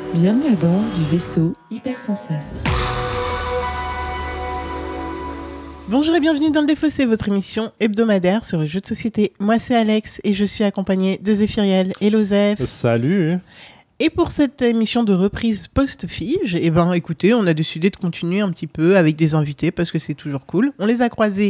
Bienvenue à bord du vaisseau Hypersensas. Bonjour et bienvenue dans le Défaussé, votre émission hebdomadaire sur les jeux de société. Moi c'est Alex et je suis accompagnée de Zéphiriel et Lozef. Salut. Et pour cette émission de reprise post-Fige, écoutez, on a décidé de continuer un petit peu avec des invités parce que c'est toujours cool. On l'a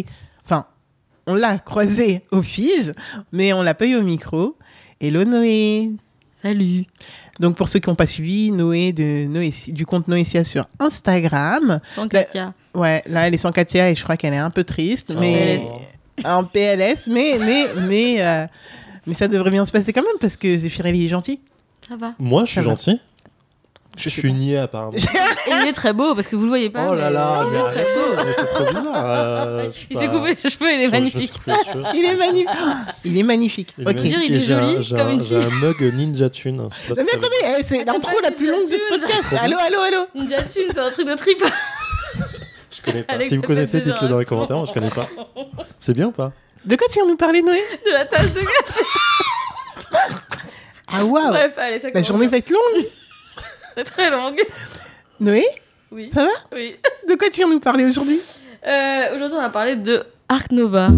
croisé au Fige, mais on l'a pas eu au micro. Hello Noé. Salut. Donc pour ceux qui n'ont pas suivi, Noé du compte Noétia sur Instagram. Sans Katia. Ouais, là elle est sans Katia et je crois qu'elle est un peu triste, mais en PLS, mais ça devrait bien se passer quand même parce que Zéphiriel est gentil. Ça va. Moi, je suis gentil. Je suis niais apparemment. Et il est très beau parce que vous le voyez pas. Oh là là, il est très beau. mais c'est trop bizarre. Il s'est coupé les cheveux, il est magnifique. Il est magnifique. Il est magnifique. Ok. Dire, il est joli comme une fille. J'ai un mug Ninja Tune. Mais attendez, c'est l'intro la plus longue de ce podcast. Allô. Ninja Tune, c'est un truc de trip. Je connais pas. Alex, Si vous connaissez, déjà dites-le dans les commentaires. Moi, je connais pas. C'est bien ou pas? De quoi tu viens nous parler, Noé? De la tasse de café. Ah waouh. Bref, allez, ça La commence. journée va être longue. C'est très longue. Noé, Oui. ça va? Oui. De quoi tu viens nous parler aujourd'hui? Aujourd'hui, on va parler de Ark Nova.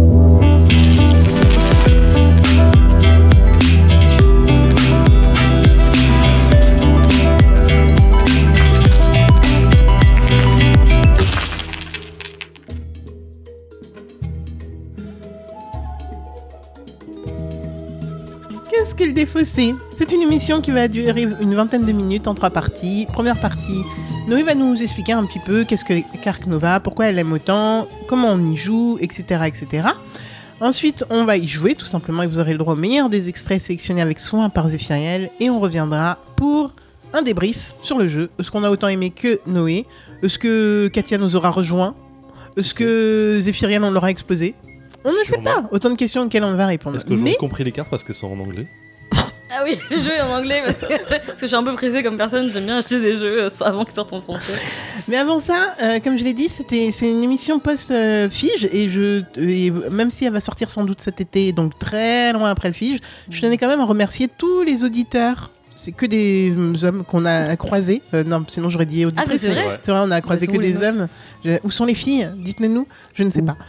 Qu'est-ce que le Défaussé? C'est une émission qui va durer une vingtaine de minutes en 3 parties. Première partie, Noé va nous expliquer un petit peu qu'est-ce que Ark Nova, pourquoi elle aime autant, comment on y joue, etc. etc. Ensuite, on va y jouer tout simplement et vous aurez le droit au meilleur des extraits sélectionnés avec soin par Zéphiriel et on reviendra pour un débrief sur le jeu. Est-ce qu'on a autant aimé que Noé? Est-ce que Katia nous aura rejoint? Est-ce que Zéphiriel on l'aura explosé? On ne sait pas. Autant de questions auxquelles on va répondre. Est-ce que j'aurais compris les cartes parce qu'elles sont en anglais? Ah oui, le jeu est en anglais parce que je suis un peu pressée comme personne. J'aime bien acheter des jeux avant qu'ils sortent en français. Mais avant ça, comme je l'ai dit, c'est une émission post-Fige et même si elle va sortir sans doute cet été, donc très loin après le Fige, je tenais quand même à remercier tous les auditeurs. C'est que des hommes qu'on a croisés. Non, sinon j'aurais dit auditrices. Ah, c'est vrai. C'est vrai, on a croisé que des hommes. Où sont les filles? Dites-le nous. Je ne sais pas.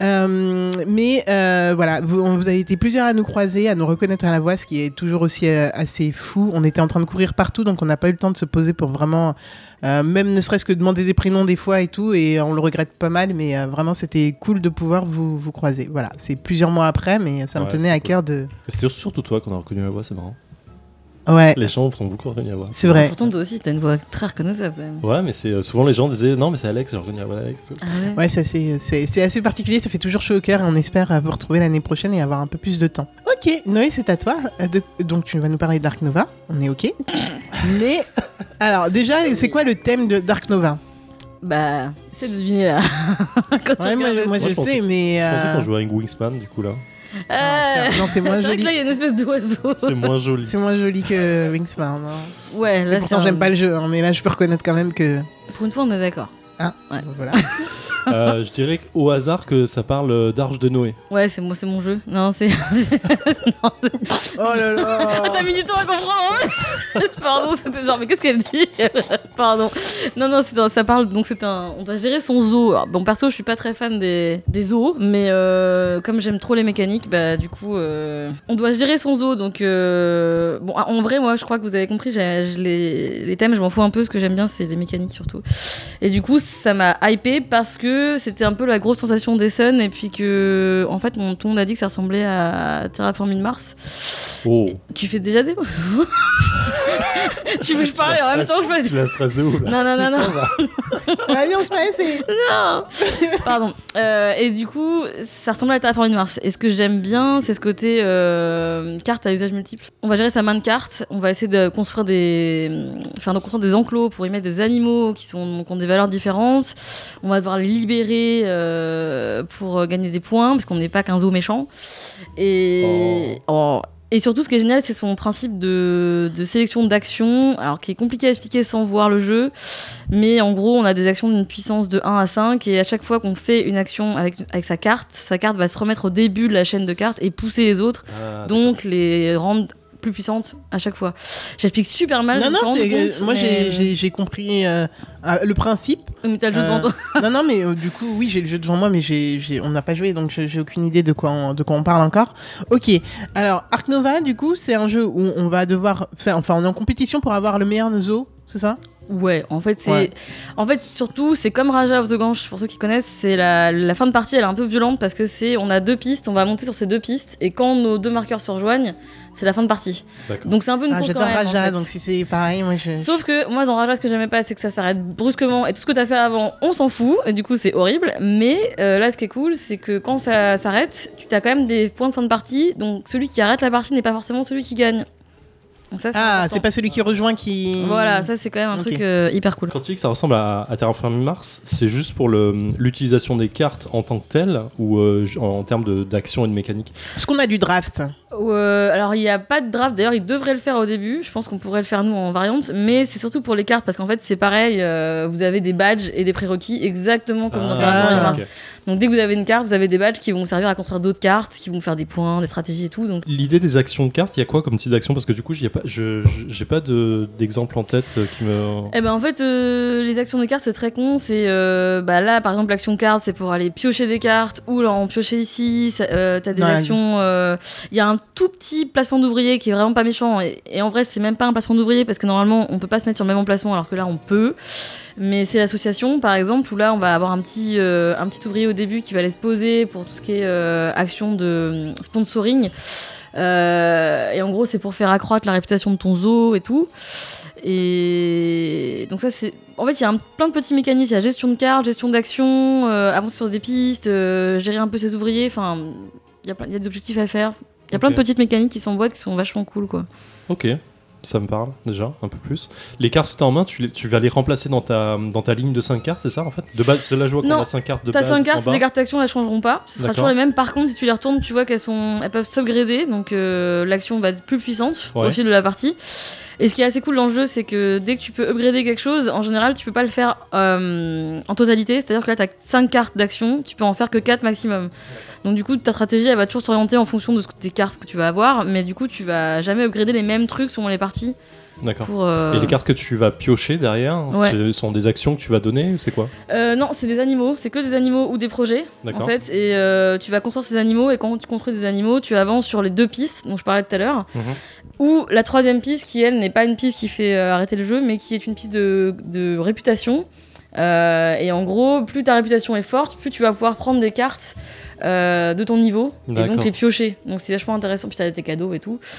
Voilà, vous avez été plusieurs à nous croiser, à nous reconnaître à la voix, ce qui est toujours aussi assez fou. On était en train de courir partout, donc on n'a pas eu le temps de se poser pour vraiment, même ne serait-ce que demander des prénoms des fois et tout, et on le regrette pas mal, mais vraiment c'était cool de pouvoir vous croiser. Voilà, c'est plusieurs mois après, mais ça me tenait à cœur de... C'était surtout toi qu'on a reconnu la voix, c'est marrant. Ouais. Les gens sont beaucoup reconnus la voix. C'est vrai. Pourtant, toi aussi, t'as une voix très reconnaissable quand même. Ouais, mais c'est souvent les gens disaient non, mais c'est Alex, j'ai reconnu la voix d'Alex. Ah ouais. Ouais, ça c'est assez particulier, ça fait toujours chaud au cœur et on espère vous retrouver l'année prochaine et avoir un peu plus de temps. Ok, Noé, c'est à toi. Donc tu vas nous parler d'Ark Nova, on est ok. Mais alors déjà, c'est quoi le thème de Dark Nova? Bah, essaie de deviner là. Quand tu Ouais, regardes moi le- je sais, mais... Je pensais qu'on jouait avec Wingspan, du coup là. Non, c'est moins C'est vrai joli. que là, il y a une espèce d'oiseau. C'est moins joli. C'est moins joli que Wingspan. Hein. Ouais, là, Et pourtant, c'est un- j'aime pas le jeu, hein, mais là, je peux reconnaître quand même que... Pour une fois, on est d'accord. Ah, Ouais. voilà. Je dirais au hasard que ça parle d'Arche de Noé. Ouais, c'est mon jeu. Non, c'est. Non, c'est- Oh là là. Ah, t'as mis du temps à comprendre. Hein. Pardon, c'était genre, mais qu'est-ce qu'elle dit? Pardon. Non, ça parle. Donc, on doit gérer son zoo. Alors, bon, perso, je suis pas très fan des zoos, mais comme j'aime trop les mécaniques, bah, du coup, on doit gérer son zoo. Donc, bon, en vrai, moi, je crois que vous avez compris, les thèmes, je m'en fous un peu. Ce que j'aime bien, c'est les mécaniques surtout. Et du coup, ça m'a hypé parce que c'était un peu la grosse sensation des Suns et puis que, en fait, tout le monde a dit que ça ressemblait à Terraforming Mars. Oh. Tu fais déjà des Tu veux que je parle en même temps que je fasse. Tu la stresses de ouf là. Non. Allez, on se fait essayer. Non. Pardon. Et du coup, ça ressemble à Terraforming Mars. Et ce que j'aime bien, c'est ce côté carte à usage multiple. On va gérer sa main de cartes. On va essayer de construire des enclos pour y mettre des animaux qui ont des valeurs différentes. On va devoir les libérer pour gagner des points parce qu'on n'est pas qu'un zoo méchant. Et surtout, ce qui est génial, c'est son principe de sélection d'actions, alors qui est compliqué à expliquer sans voir le jeu. Mais en gros, on a des actions d'une puissance de 1 à 5, et à chaque fois qu'on fait une action avec sa carte va se remettre au début de la chaîne de cartes et pousser les autres, donc les rendre plus puissante à chaque fois. J'explique super mal. Non, je me rends compte, moi mais- j'ai compris le principe. Mais t'as le jeu devant toi. Non, mais du coup, oui, j'ai le jeu devant moi, mais on n'a pas joué, donc j'ai aucune idée de quoi on parle encore. Ok, alors Ark Nova, du coup, c'est un jeu où on va devoir faire, enfin, on est en compétition pour avoir le meilleur zoo, c'est ça? Ouais, en fait, Ouais. surtout, c'est comme Raja of the Gange, pour ceux qui connaissent, c'est la fin de partie, elle est un peu violente parce que on a 2 pistes, on va monter sur ces 2 pistes, et quand nos 2 marqueurs se rejoignent, c'est la fin de partie. D'accord. Donc c'est un peu une course quand J'adore même. Raja, en fait. donc si c'est pareil, moi je. Sauf que moi dans Raja, ce que j'aimais pas, c'est que ça s'arrête brusquement et tout ce que t'as fait avant, on s'en fout et du coup c'est horrible. Mais là, ce qui est cool, c'est que quand ça s'arrête, tu as quand même des points de fin de partie. Donc celui qui arrête la partie n'est pas forcément celui qui gagne. Donc ça, important. C'est pas celui qui rejoint qui. Voilà, ça c'est quand même un Ok. truc hyper cool. Quand tu dis que ça ressemble à Terraforming Mars, c'est juste pour l'utilisation des cartes en tant que telle ou en termes d'action et de mécanique? Est-ce qu'on a du draft? Alors il n'y a pas de draft, d'ailleurs il devrait le faire au début, je pense qu'on pourrait le faire nous en variante, mais c'est surtout pour les cartes parce qu'en fait c'est pareil, vous avez des badges et des prérequis exactement comme dans Terraforming Mars. ok. Donc dès que vous avez une carte, vous avez des badges qui vont vous servir à construire d'autres cartes, qui vont faire des points, des stratégies et tout. Donc L'idée des actions de cartes, il y a quoi comme type d'action? Parce que du coup, j'ai pas d'exemple en tête qui me. Eh ben en fait, les actions de cartes c'est très con. C'est là par exemple l'action carte c'est pour aller piocher des cartes ou en piocher ici. T'as des Ouais. actions. Il y a un tout petit placement d'ouvrier qui est vraiment pas méchant et en vrai c'est même pas un placement d'ouvrier parce que normalement on peut pas se mettre sur le même emplacement alors que là on peut. Mais c'est l'association par exemple où là on va avoir un petit ouvrier au début qui va aller se poser pour tout ce qui est action de sponsoring. Et en gros, c'est pour faire accroître la réputation de ton zoo et tout. Et donc ça, c'est... En fait, il y a plein de petits mécanismes. Il y a gestion de cartes, gestion d'action, avancer sur des pistes, gérer un peu ses ouvriers. Enfin, il y a des objectifs à faire. Il y a plein de Ok. petites mécaniques qui s'emboîtent, qui sont vachement cool, quoi. Ok, ça me parle déjà un peu plus. Les cartes que tu as en main, tu vas les remplacer dans ta ligne de 5 cartes, c'est ça en fait? De base, c'est là je vois qu'on Non, a 5 cartes de T'as base. 5 cartes, en c'est bas. des cartes d'action, elles changeront pas. Ce sera D'accord. toujours les mêmes. Par contre, si tu les retournes, tu vois qu'elles peuvent s'upgrader. Donc l'action va être plus puissante Ouais. au fil de la partie. Et ce qui est assez cool dans le jeu, c'est que dès que tu peux upgrader quelque chose, en général, tu peux pas le faire en totalité. C'est-à-dire que là, t'as 5 cartes d'action, tu peux en faire que 4 maximum. Donc du coup, ta stratégie, elle va toujours s'orienter en fonction de des cartes que tu vas avoir. Mais du coup, tu vas jamais upgrader les mêmes trucs selon les parties. D'accord. Pour, Et les cartes que tu vas piocher derrière, Ouais. ce sont des actions que tu vas donner ou c'est quoi? Non, c'est des animaux, c'est que des animaux ou des projets D'accord. en fait. Et tu vas construire ces animaux et quand tu construis des animaux, tu avances sur les 2 pistes dont je parlais tout à l'heure. Mhm. Ou la 3e piste qui, elle, n'est pas une piste qui fait arrêter le jeu, mais qui est une piste de réputation. Et en gros, plus ta réputation est forte, plus tu vas pouvoir prendre des cartes de ton niveau et D'accord. donc les piocher. Donc c'est vachement intéressant. Puis t'as tes cadeaux et tout.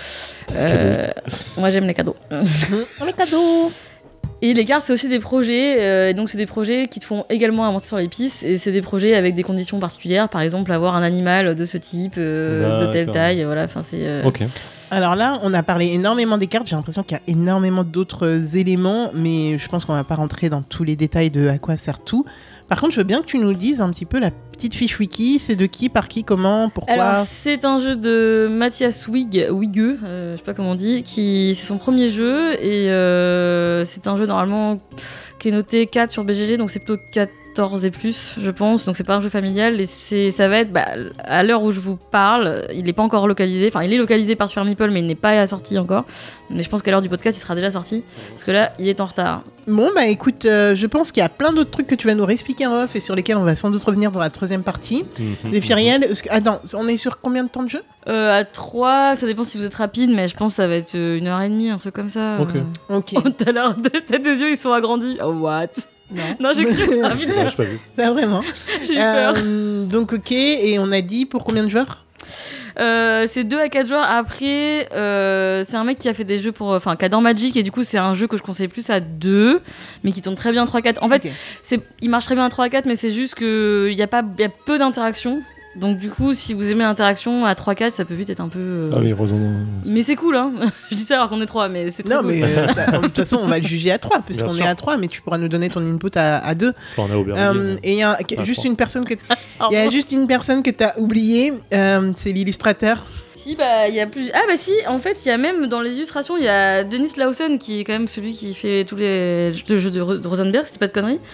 Moi j'aime les cadeaux. Les cadeaux. Et les cartes, c'est aussi des projets. Et donc c'est des projets qui te font également avancer sur les pistes. Et c'est des projets avec des conditions particulières. Par exemple, avoir un animal de ce type, de telle D'accord. taille. Voilà. Enfin c'est. Ok. Alors là, on a parlé énormément des cartes. J'ai l'impression qu'il y a énormément d'autres éléments, mais je pense qu'on va pas rentrer dans tous les détails de à quoi sert tout. Par contre, je veux bien que tu nous dises un petit peu la petite fiche wiki. C'est de qui, par qui, comment, pourquoi? Alors, c'est un jeu de Mathias Wigge, je sais pas comment on dit, c'est son premier jeu et c'est un jeu normalement qui est noté 4 sur BGG, donc c'est plutôt 14 et plus, je pense, donc c'est pas un jeu familial et ça va être, à l'heure où je vous parle, il n'est pas encore localisé, enfin il est localisé par Super Meeple mais il n'est pas sorti encore, mais je pense qu'à l'heure du podcast il sera déjà sorti, parce que là il est en retard. Bon, bah écoute, je pense qu'il y a plein d'autres trucs que tu vas nous réexpliquer en off et sur lesquels on va sans doute revenir dans la 3e partie. Zéphiriel, attends, on est sur combien de temps de jeu? À 3, ça dépend si vous êtes rapide, mais je pense que ça va être 1h30, un truc comme ça. Ok. Ok. Oh, t'as l'air tes yeux ils sont agrandis. Oh what? Non, Non, j'ai cru. Ah, putain, Ouais, j'ai pas vu. pas vraiment. j'ai eu peur. Donc ok, et on a dit pour combien de joueurs? C'est 2 à 4 joueurs. Après, c'est un mec qui a fait des jeux qui adore Magic et du coup, c'est un jeu que je conseille plus à 2, mais qui tourne très bien à 3-4. En fait, Ok. il marche très bien à 3-4, mais c'est juste qu'il y a peu d'interaction. Donc, du coup, si vous aimez l'interaction à 3-4, ça peut vite être un peu. Ah oui, redondant. Mais c'est cool, hein. Je dis ça alors qu'on est 3, mais c'est très Non, cool. mais de toute façon, on va le juger à 3, puisqu'on Bien est sûr. à 3, mais tu pourras nous donner ton input à 2. Enfin, on a Aubervilliers. Et il y a je juste crois. une personne que Alors, il y a juste une personne que t'as oublié, c'est l'illustrateur. Si, il y a plus. Ah, si, en fait, il y a même dans les illustrations, il y a Denis Lawson qui est quand même celui qui fait tous les jeux de Rosenberg, si je dis pas de conneries.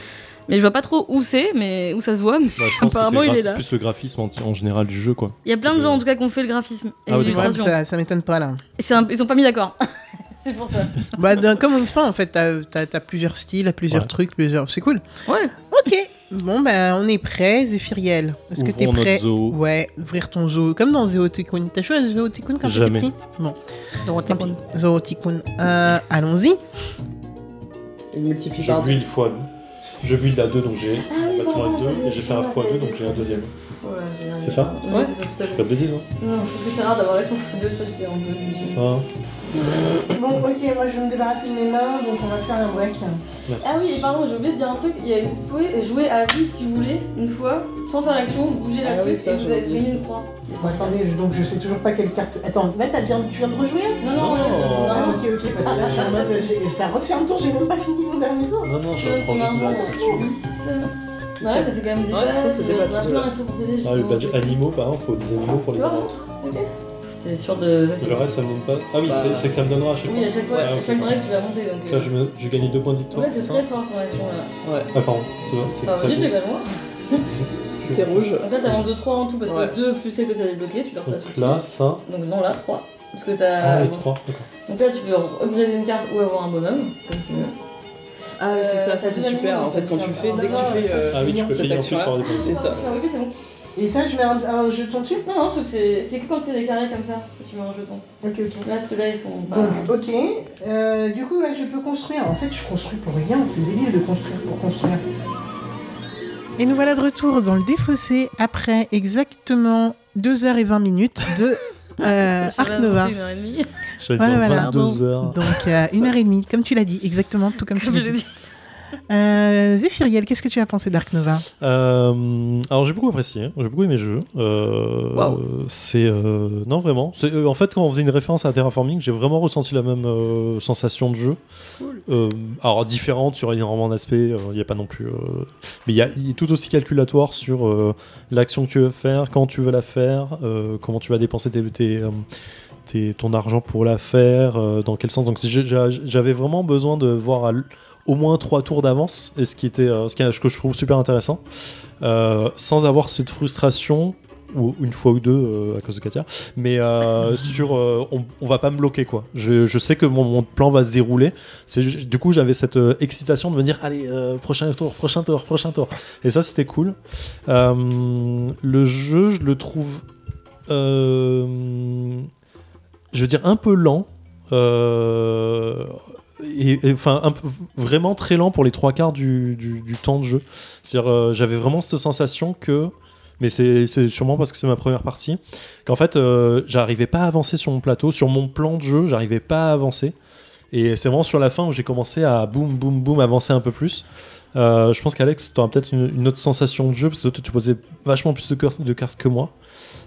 Mais je vois pas trop où c'est, mais où ça se voit. Mais Ouais, je pense apparemment, que il c'est est là. plus le graphisme en général du jeu, quoi. Il y a plein de gens en tout cas qui ont fait le graphisme et Ah oui, l'illustration. Ça m'étonne pas là. Ils sont pas mis d'accord. C'est pour ça. Bah, comme Wingspan en fait, t'as plusieurs styles, plusieurs Ouais. trucs, c'est cool. Ouais. Ok, bon bah on est prêt, Zéphiriel. Est-ce que t'es Ouvrons prêt? notre zoo. Ouais, ouvrir ton zoo, comme dans Zootycoon. T'as joué à Zootycoon quand t'étais Jamais. petit? Bon, Donc, tant pis. Zootycoon. Allons-y. Il multiplie Je par build x2. Je build à 2, donc j'ai Ah oui, un bâtiment pardon, à 2, et j'ai fait un x2, donc j'ai un deuxième. C'est ça Ouais, c'est ça, tout à Pas fait. de bêtises, hein. Non, c'est parce que c'est rare d'avoir l'action x2, je crois que j'étais en peu. Ça, Bon, ok, moi je vais me débarrasser de mes mains, donc on va faire un break. merci. Ah oui, et pardon, j'ai oublié de dire un truc. Vous pouvez jouer à vide si vous voulez, une fois, sans faire l'action, vous bougez la Ah truc oui, ça, et vous j'avais avez oublié. gagné une croix. Bon, attendez, donc je sais toujours pas quelle carte. Attends, là tu viens de rejouer? Non, non, Non. non, Ah, non. ok, parce que là je suis en mode. Ça refait un tour, j'ai même pas fini mon dernier tour. Non, non, Je je viens de prends juste tomber un la rond, 10. Voilà, ça fait quand même des Ouais, ça, badges, c'est des on a badges, plein ouais. de trucs pour t'aider. Ah, le justement. badge animaux, par exemple, faut des animaux pour les Tu vois, badges. ok. T'es sûr de. Ça, c'est Le reste, ça me donne pas. Ah oui, Bah, c'est que ça me donnera à chaque fois. Oui, à chaque fois, Ah, à ok. chaque break, tu vas monter. Donc, Là, j'ai gagné 2 points de victoire. ouais, c'est ça très fort son action là. Ouais. Ah, pardon. C'est Ah, que ça. vas-y, dégage-moi. T'es rouge. Donc là, t'avances de 3 en tout parce Ouais. que 2 plus celle que t'as débloqué, tu leur ça Donc là, ça. Donc non, là, 3. Parce que Ah, t'as. les avancé. 3, d'accord. Donc là, tu peux upgrader une carte ou avoir un bonhomme, comme tu veux. Ah, c'est ça, t'as c'est deux super. animaux, En fait, quand tu fais, dès que tu fais. Ah oui, tu peux cette payer en plus action-là, par des c'est points. ça. Ah, ok, c'est bon. Et ça, je mets un jeton dessus? Non, non, c'est que quand c'est des carrés comme ça que tu mets un jeton. Ok, ok. Là, ceux-là, ils sont pas. Donc, ok. Du coup, là, je peux construire. En fait, je construis pour rien. C'est débile de construire pour construire. Et nous voilà de retour dans le défaussé après exactement 2h20 de Ark Nova. Une heure et demie. J'allais Voilà, dire voilà. 22 heures. Donc, 1h30, comme tu l'as dit, exactement, tout comme tu Comme l'as je l'ai dit. dit. Zéphiriel, qu'est-ce que tu as pensé d'Ark Nova? Alors j'ai beaucoup apprécié, j'ai beaucoup aimé le jeu. C'est non vraiment. En fait, quand on faisait une référence à Terraforming, j'ai vraiment ressenti la même sensation de jeu. Alors différente sur énormément d'aspects. Il n'y a pas non plus, mais il est tout aussi calculatoire sur l'action que tu veux faire, quand tu veux la faire, comment tu vas dépenser ton argent pour la faire, dans quel sens. Donc j'avais vraiment besoin de voir au moins 3 tours d'avance, et ce que je trouve super intéressant, sans avoir cette frustration, ou une fois ou deux à cause de Katia, mais on va pas me bloquer, quoi. Je sais que mon plan va se dérouler. Du coup, j'avais cette excitation de me dire allez, prochain tour. Et ça, c'était cool. Le jeu, je le trouve je veux dire un peu lent, enfin vraiment très lent pour les 3/4 du temps de jeu. C'est-à-dire j'avais vraiment cette sensation que, mais c'est sûrement parce que c'est ma première partie, qu'en fait j'arrivais pas à avancer sur mon plateau, sur mon plan de jeu, j'arrivais pas à avancer, et c'est vraiment sur la fin où j'ai commencé à boum avancer un peu plus. Je pense qu'Alex, tu auras peut-être une autre sensation de jeu, parce que toi, tu posais vachement plus de cartes que moi.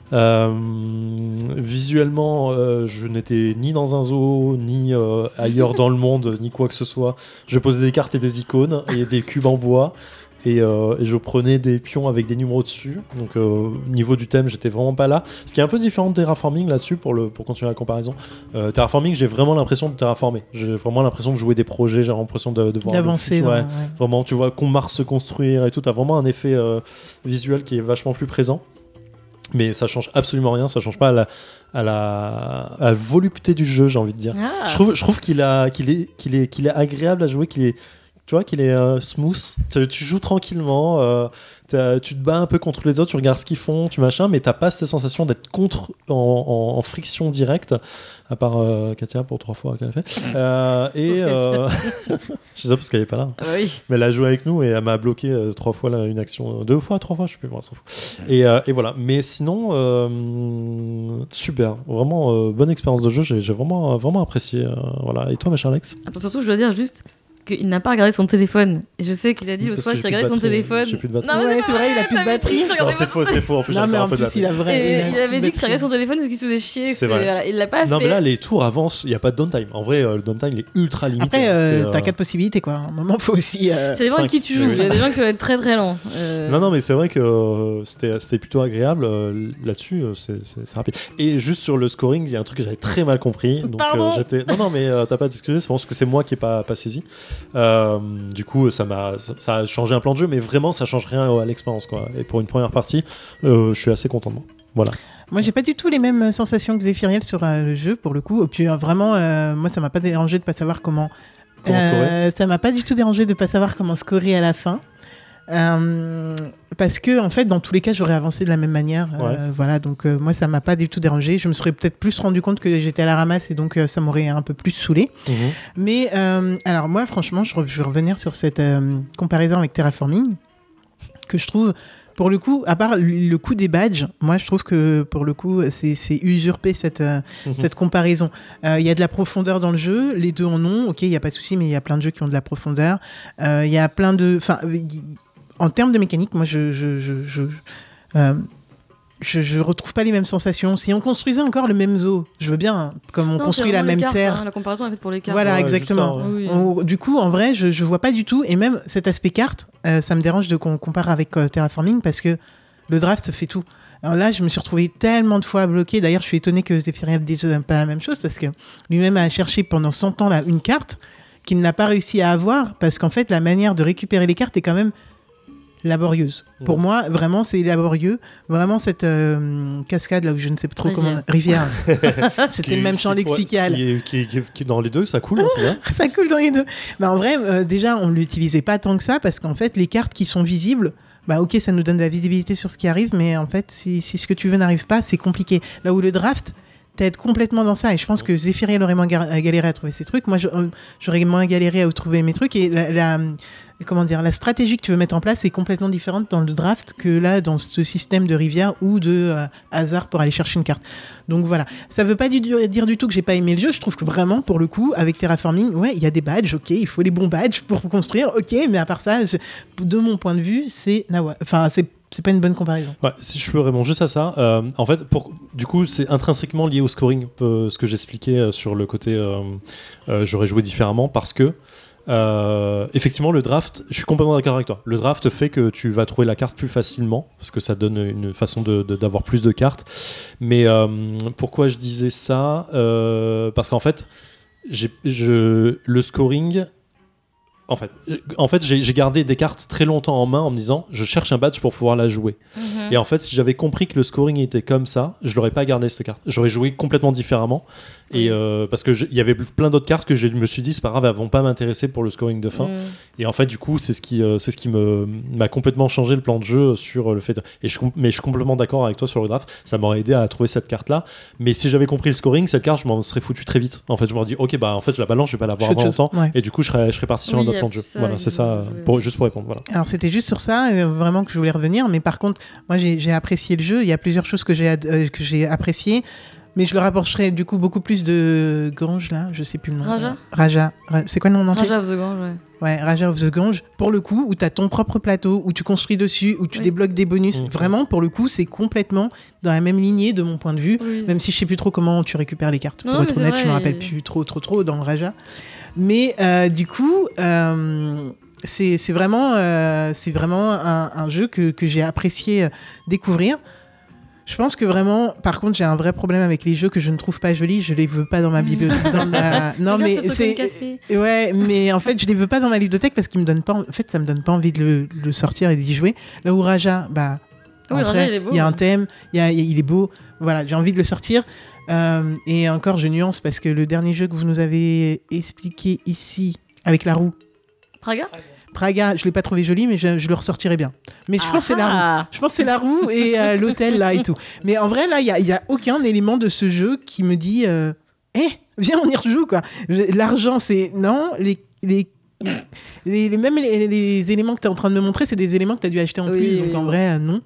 Visuellement, je n'étais ni dans un zoo, ni ailleurs dans le monde, ni quoi que ce soit. Je posais des cartes et des icônes et des cubes en bois, et je prenais des pions avec des numéros dessus. Donc au niveau du thème, j'étais vraiment pas là. Ce qui est un peu différent de Terraforming là-dessus, pour continuer la comparaison. Terraforming, j'ai vraiment l'impression de terraformer. J'ai vraiment l'impression de jouer des projets, j'ai l'impression de voir D'avancer. ouais. Vraiment, tu vois qu'on Mars se construire et tout. T'as vraiment un effet visuel qui est vachement plus présent. Mais ça change absolument rien, ça change pas à la volupté du jeu, j'ai envie de dire. Ah. Je trouve qu'il est agréable à jouer, qu'il est smooth. Tu joues tranquillement, tu te bats un peu contre les autres, tu regardes ce qu'ils font, tu machin, mais t'as pas cette sensation d'être en friction directe, à part Katia pour 3 fois qu'elle a fait. Je sais ça parce qu'elle est pas là. Ah bah oui. Mais elle a joué avec nous et elle m'a bloqué 3 fois là, une action, 2 fois, 3 fois, je sais plus, moi, s'en fout. Et voilà. Mais sinon, super, vraiment bonne expérience de jeu. J'ai vraiment apprécié. Voilà. Et toi, ma chère Alex? Attends, surtout, je dois dire juste qu'il n'a pas regardé son téléphone. Et je sais qu'il a dit l'autre Parce fois que qu'il a regardé son téléphone. J'ai plus de batterie. Non, mais Ouais, c'est vrai, il a plus de batterie. Non, c'est faux. En plus, Non, j'ai mais encore en un peu de plus, batterie. il a vraiment. Et il avait dit que s'il regardait son téléphone, c'est qu'il se faisait chier. C'est vrai. Voilà, il l'a pas Non, fait. mais là, les tours avancent, il n'y a pas de downtime. En vrai, le downtime, il est ultra limité. Après, C'est, t'as 4 possibilités, quoi. À un moment, faut aussi. Ça dépend de 5. qui tu joues. Oui. Il y a des gens qui peuvent être très très lents. Non, mais c'est vrai que c'était plutôt agréable là-dessus, c'est rapide. Et juste sur le scoring, il y a un truc que j'avais très mal compris. Donc, Pardon. Non, mais t'as pas à t'excuser, c'est parce que c'est moi qui n'ai pas saisi. Du coup, ça a changé un plan de jeu, mais vraiment, ça change rien à l'expérience, quoi. Et pour une première partie, je suis assez content de moi. Voilà. Moi, j'ai pas du tout les mêmes sensations que Zéphiriel sur le jeu, pour le coup. Et puis, vraiment, moi, ça m'a pas dérangé de pas savoir comment scorer. Ça m'a pas du tout dérangé de pas savoir comment scorer à la fin. Parce que en fait dans tous les cas j'aurais avancé de la même manière, voilà, donc moi ça m'a pas du tout dérangé. Je me serais peut-être plus rendu compte que j'étais à la ramasse et donc ça m'aurait un peu plus saoulé. Mais alors moi franchement je vais revenir sur cette comparaison avec Terraforming que je trouve pour le coup, à part le coup des badges, moi je trouve que pour le coup c'est usurpé cette comparaison. Il y a de la profondeur dans le jeu, les deux en ont, ok, il n'y a pas de souci, mais il y a plein de jeux qui ont de la profondeur. Il y a plein de... En termes de mécanique, moi je retrouve pas les mêmes sensations. Si on construisait encore le même zoo, je veux bien, hein, comme on construit la même terre. La comparaison est faite pour les cartes. Voilà, exactement. Du coup, en vrai, je vois pas du tout. Et même cet aspect carte, ça me dérange qu'on compare avec Terraforming parce que le draft fait tout. Alors là, je me suis retrouvée tellement de fois bloquée. D'ailleurs, je suis étonnée que Zéphiriel dise pas la même chose parce que lui-même a cherché pendant 100 ans là, une carte qu'il n'a pas réussi à avoir parce qu'en fait, la manière de récupérer les cartes est quand même laborieuse. Pour moi, vraiment, c'est laborieux. Vraiment, cette cascade, là où je ne sais pas trop comment... Rivière. C'était le même champ lexical. Qui dans les deux, ça coule, c'est bien. Ça coule dans les deux. Bah, en vrai, déjà, on ne l'utilisait pas tant que ça, parce qu'en fait, les cartes qui sont visibles, bah, ok, ça nous donne de la visibilité sur ce qui arrive, mais en fait, si ce que tu veux n'arrive pas, c'est compliqué. Là où le draft t'aides complètement dans ça, et je pense que Zéphiriel aurait moins galéré à trouver ces trucs. Moi, j'aurais moins galéré à trouver mes trucs, et la stratégie que tu veux mettre en place est complètement différente dans le draft que là dans ce système de rivière ou de hasard pour aller chercher une carte. Donc voilà, ça veut pas dire du tout que j'ai pas aimé le jeu. Je trouve que vraiment pour le coup avec Terraforming, ouais, il y a des badges, ok, il faut les bons badges pour construire, ok, mais à part ça, de mon point de vue, c'est pas une bonne comparaison. Ouais, si je peux répondre juste à ça, en fait, du coup, c'est intrinsèquement lié au scoring, ce que j'expliquais sur le côté j'aurais joué différemment parce que effectivement, le draft, je suis complètement d'accord avec toi. Le draft fait que tu vas trouver la carte plus facilement parce que ça donne une façon d'avoir plus de cartes. Mais pourquoi je disais ça parce qu'en fait, le scoring. En fait, j'ai gardé des cartes très longtemps en main en me disant je cherche un badge pour pouvoir la jouer. Et en fait, si j'avais compris que le scoring était comme ça, je l'aurais pas gardé cette carte. J'aurais joué complètement différemment. Et parce que il y avait plein d'autres cartes que je me suis dit c'est pas grave, elles vont pas m'intéresser pour le scoring de fin. Et en fait, du coup, c'est ce qui m'a complètement changé le plan de jeu sur le fait. Mais je suis complètement d'accord avec toi sur le draft. Ça m'aurait aidé à trouver cette carte là. Mais si j'avais compris le scoring, cette carte, je m'en serais foutu très vite. En fait, je me dis ok, bah en fait, je la balance, je vais pas l'avoir avant longtemps. Ouais. Et du coup, je serais parti sur un autre plan de jeu. Voilà, c'est ça. Juste pour répondre. Voilà. Alors c'était juste sur ça, vraiment que je voulais revenir. Mais par contre, moi j'ai apprécié le jeu. Il y a plusieurs choses que j'ai appréciées. Mais je le rapprocherais du coup beaucoup plus de Gange, là, je sais plus le nom. Raja. C'est quoi le nom entier ? Raja of the Gange, ouais. Ouais, Raja of the Gange, pour le coup, où tu as ton propre plateau, où tu construis dessus, où tu débloques des bonus. Vraiment, pour le coup, c'est complètement dans la même lignée de mon point de vue, même si je sais plus trop comment tu récupères les cartes. Pour être honnête, je me rappelle plus trop dans Raja. Mais du coup, c'est vraiment un jeu que j'ai apprécié découvrir. Je pense que vraiment, par contre, j'ai un vrai problème avec les jeux que je ne trouve pas jolis. Je les veux pas dans ma bibliothèque. Non, mais c'est. Ouais, mais en fait, je les veux pas dans ma bibliothèque parce qu'ils me donnent pas. En fait, ça me donne pas envie de le sortir et d'y jouer. Là où Raja, Raja, il est beau. Il y a un thème, il est beau. Voilà, j'ai envie de le sortir. Et encore, je nuance parce que le dernier jeu que vous nous avez expliqué ici avec la roue. Praga, je l'ai pas trouvé joli, mais je le ressortirai bien. Mais je pense que c'est la roue. Je pense que c'est la roue et l'hôtel là et tout. Mais en vrai, là, il y a aucun élément de ce jeu qui me dit viens, on y rejoue, quoi. L'argent, c'est... Non, même les éléments que tu es en train de me montrer, c'est des éléments que tu as dû acheter en plus. Donc en vrai, non.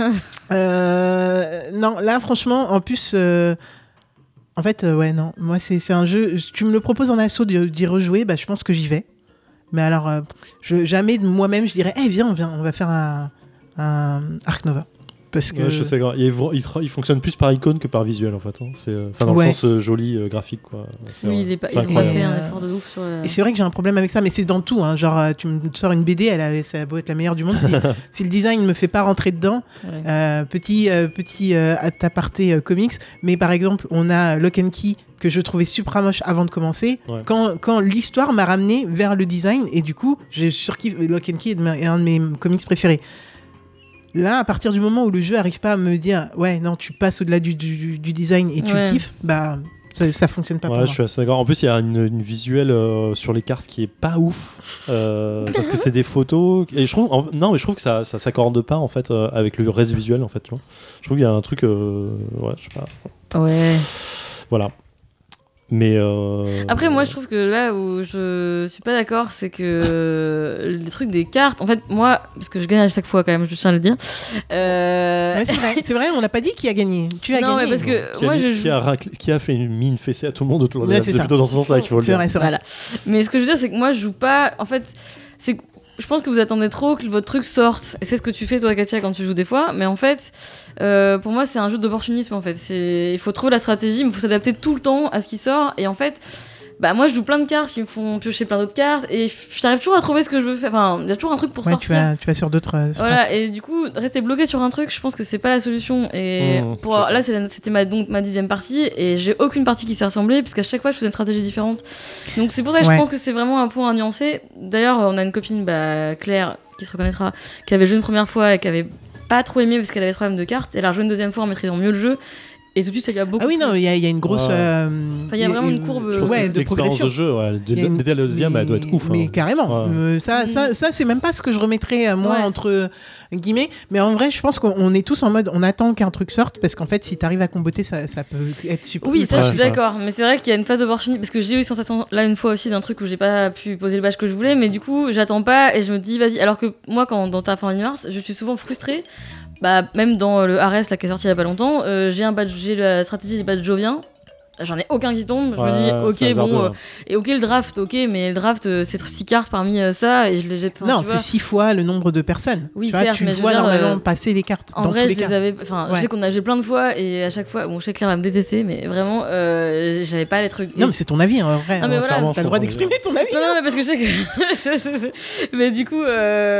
Non, là, franchement, en plus... En fait, non. Moi, c'est un jeu... Tu me le proposes en assaut d'y rejouer, je pense que j'y vais. Mais alors, jamais moi-même, je dirais viens, on va faire un Ark Nova. Parce que... Ouais, je sais, il fonctionne plus par icône que par visuel en fait. Hein. C'est, dans le sens joli, graphique quoi. Oui, ils ont pas fait un effort de ouf sur. Et c'est vrai que j'ai un problème avec ça, mais c'est dans tout. Hein. Genre, tu me sors une BD, ça a beau être la meilleure du monde, si le design ne me fait pas rentrer dedans. Ouais. Petit aparté comics, mais par exemple, on a Lock and Key que je trouvais super moche avant de commencer. Ouais. Quand l'histoire m'a ramené vers le design, et du coup, j'ai surkiffé. Lock and Key est un de mes comics préférés. Là, à partir du moment où le jeu arrive pas à me dire ouais, non, tu passes au-delà du design et tu le kiffes, bah ça fonctionne pas pour moi. Je suis assez d'accord. En plus, il y a une visuelle sur les cartes qui est pas ouf parce que c'est des photos et je trouve que ça s'accorde pas en fait avec le reste visuel en fait. Tu vois. Je trouve qu'il y a un truc je sais pas. Ouais. Voilà. Mais après moi je trouve que là où je suis pas d'accord c'est que les trucs des cartes en fait moi parce que je gagne à chaque fois quand même je tiens à le dire ouais, c'est vrai on n'a pas dit qui a gagné tu as gagné mais parce que moi qui a fait une mine fessée à tout le monde autour de la table c'est plutôt dans ce sens là qu'il faut le dire vrai. Voilà. Mais ce que je veux dire c'est que moi je joue pas en fait c'est je pense que vous attendez trop que votre truc sorte. Et c'est ce que tu fais, toi, Katia, quand tu joues des fois. Mais en fait, pour moi, c'est un jeu d'opportunisme, en fait. Il faut trouver la stratégie, mais il faut s'adapter tout le temps à ce qui sort. Et en fait, bah, moi, je joue plein de cartes qui me font piocher plein d'autres cartes. Et j'arrive toujours à trouver ce que je veux faire. Enfin, il y a toujours un truc pour sortir. Tu vas sur d'autres voilà, et du coup, rester bloqué sur un truc, je pense que c'est pas la solution. Et là, c'était ma 10e partie. Et j'ai aucune partie qui s'est ressemblée, parce qu'à chaque fois, je faisais une stratégie différente. Donc, c'est pour ça que je pense que c'est vraiment un point à nuancer. D'ailleurs, on a une copine, Claire, qui se reconnaîtra, qui avait joué une première fois et qui avait pas trop aimé parce qu'elle avait des problèmes de cartes. Elle a rejoué une deuxième fois en maîtrisant mieux le jeu. Et tout de suite, ça lui a beaucoup. Ah oui, non, il y a une grosse. Il y a vraiment une courbe de progression. De jeu, dès la deuxième, elle doit être ouf. Mais carrément. Ça, c'est même pas ce que je remettrais, moi, entre guillemets. Mais en vrai, je pense qu'on est tous en mode on attend qu'un truc sorte parce qu'en fait, si t'arrives à comboter, ça peut être super. Oui, ça, je suis d'accord. Mais c'est vrai qu'il y a une phase d'opportunité. Parce que j'ai eu une sensation là une fois aussi d'un truc où j'ai pas pu poser le badge que je voulais. Mais du coup, j'attends pas et je me dis, vas-y. Alors que moi, dans Terraforming Mars, je suis souvent frustrée. Même dans le Ares là, qui est sorti il y a pas longtemps, j'ai la stratégie des badges joviens. J'en ai aucun qui tombe. Je me dis, ok, bon. Et ok, le draft, mais le draft, c'est 6 cartes parmi ça. Et je les jette. Non, c'est 6 fois le nombre de personnes. Oui, tu certes, vois, tu vois normalement passer les cartes. En vrai, je les avais. Enfin, je sais qu'on a joué plein de fois et à chaque fois, bon, je sais que Claire va me détester, mais vraiment, j'avais pas les trucs. Non, mais c'est ton avis, en vrai. Non, mais voilà. T'as le droit d'exprimer ton avis. Non, mais parce que je sais que. Mais du coup,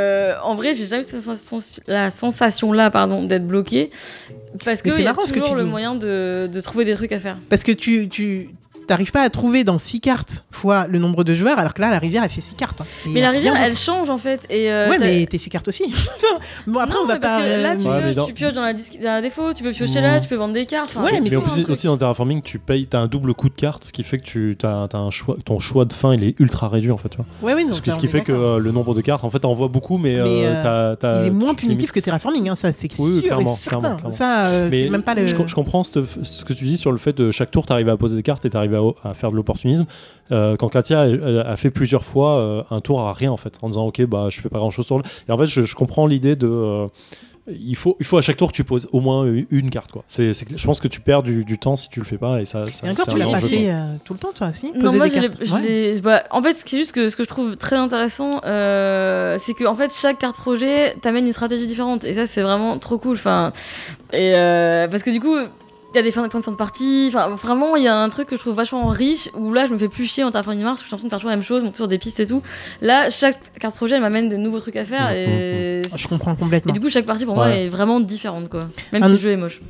en vrai, j'ai jamais eu la sensation là, d'être bloqué. Parce qu'il y a toujours le moyen de trouver des trucs à faire. Parce que tu t'arrives pas à trouver dans 6 cartes fois le nombre de joueurs, alors que là, la rivière, elle fait 6 cartes. Hein. Mais la rivière, elle change en fait. Et mais tes 6 cartes aussi. Bon, après, on va pas. Parce que là, tu pioches dans la défaut, tu peux piocher là, tu peux vendre des cartes. Mais en plus, aussi dans Terraforming, t'as un double coup de carte, ce qui fait que t'as un choix, ton choix de fin, il est ultra réduit en fait. Tu vois. Ce qui fait que le nombre de cartes, en fait, t'en vois beaucoup, mais il est moins punitif que Terraforming, ça, c'est sûr et certain. Ça, c'est même pas le. Je comprends ce que tu dis sur le fait de chaque tour, t'arrives à poser des cartes et t'arrives à faire de l'opportunisme. Quand Katia a fait plusieurs fois un tour à rien en fait, en disant ok je fais pas grand chose sur le. Et en fait je comprends l'idée de il faut à chaque tour que tu poses au moins une carte quoi. Je pense que tu perds du temps si tu le fais pas et ça. Et encore tu l'as pas fait tout le temps toi aussi. Non moi en fait c'est juste que ce que je trouve très intéressant c'est que en fait chaque carte projet t'amène une stratégie différente et ça c'est vraiment trop cool. Enfin parce que du coup il y a des points de fin de partie, enfin vraiment il y a un truc que je trouve vachement riche où là je me fais plus chier en Terraforming Mars, je suis en train de faire toujours la même chose, monter sur des pistes et tout. Là chaque carte projet elle m'amène des nouveaux trucs à faire et je comprends complètement. Et du coup chaque partie pour moi est vraiment différente quoi, même si le jeu est moche.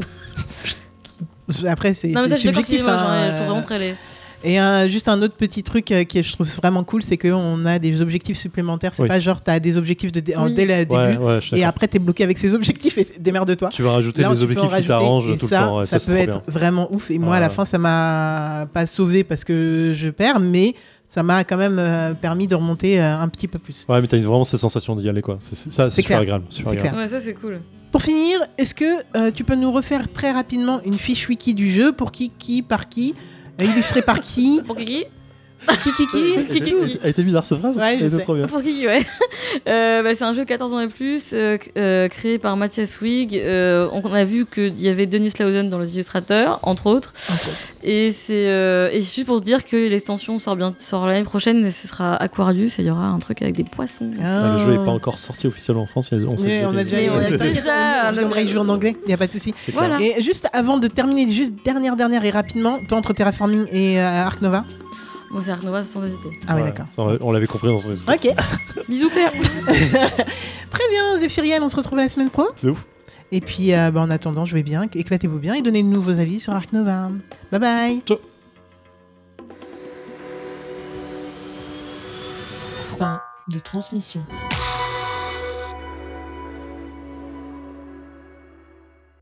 Après c'est non mais ça je suis d'accord qu'il est moche, je trouve vraiment très laid. Et juste un autre petit truc qui je trouve vraiment cool, c'est qu'on a des objectifs supplémentaires. C'est pas genre t'as des objectifs dès le début et après t'es bloqué avec ces objectifs et démerde-toi. Tu vas rajouter des objectifs qui t'arrangent tout le temps. Ça peut être vraiment ouf. Et moi à la fin ça m'a pas sauvé parce que je perds, mais ça m'a quand même permis de remonter un petit peu plus. Ouais, mais t'as vraiment cette sensation d'y aller quoi. C'est super agréable. Ouais, ça c'est cool. Pour finir, est-ce que tu peux nous refaire très rapidement une fiche wiki du jeu pour qui par qui illustré par qui? Pour qui? Kiki. Elle était bizarre cette phrase. Ouais, je Elle était sais. trop bien. Pour Kiki, ouais. C'est un jeu 14 ans et plus, créé par Mathias Wig. On a vu qu'il y avait Denis Lausen dans les illustrateurs, entre autres. Et c'est juste pour se dire que l'extension sort l'année prochaine, et ce sera Aquarius, et il y aura un truc avec des poissons. Le jeu n'est pas encore sorti officiellement en France. On Mais on a déjà j'aimerais y jouer en anglais, il n'y a pas de souci. Voilà. Et juste avant de terminer, juste dernière et rapidement, toi entre Terraforming et Ark Nova. Moi, c'est Ark Nova sans hésiter. Ah oui, Ouais, d'accord. ça, on l'avait compris dans son esprit. Ok, Bisous, père. très bien, Zéphiriel, on se retrouve la semaine pro. De ouf. Et puis en attendant, jouez bien, éclatez-vous bien et donnez-nous vos avis sur Ark Nova. Bye bye. Fin de transmission.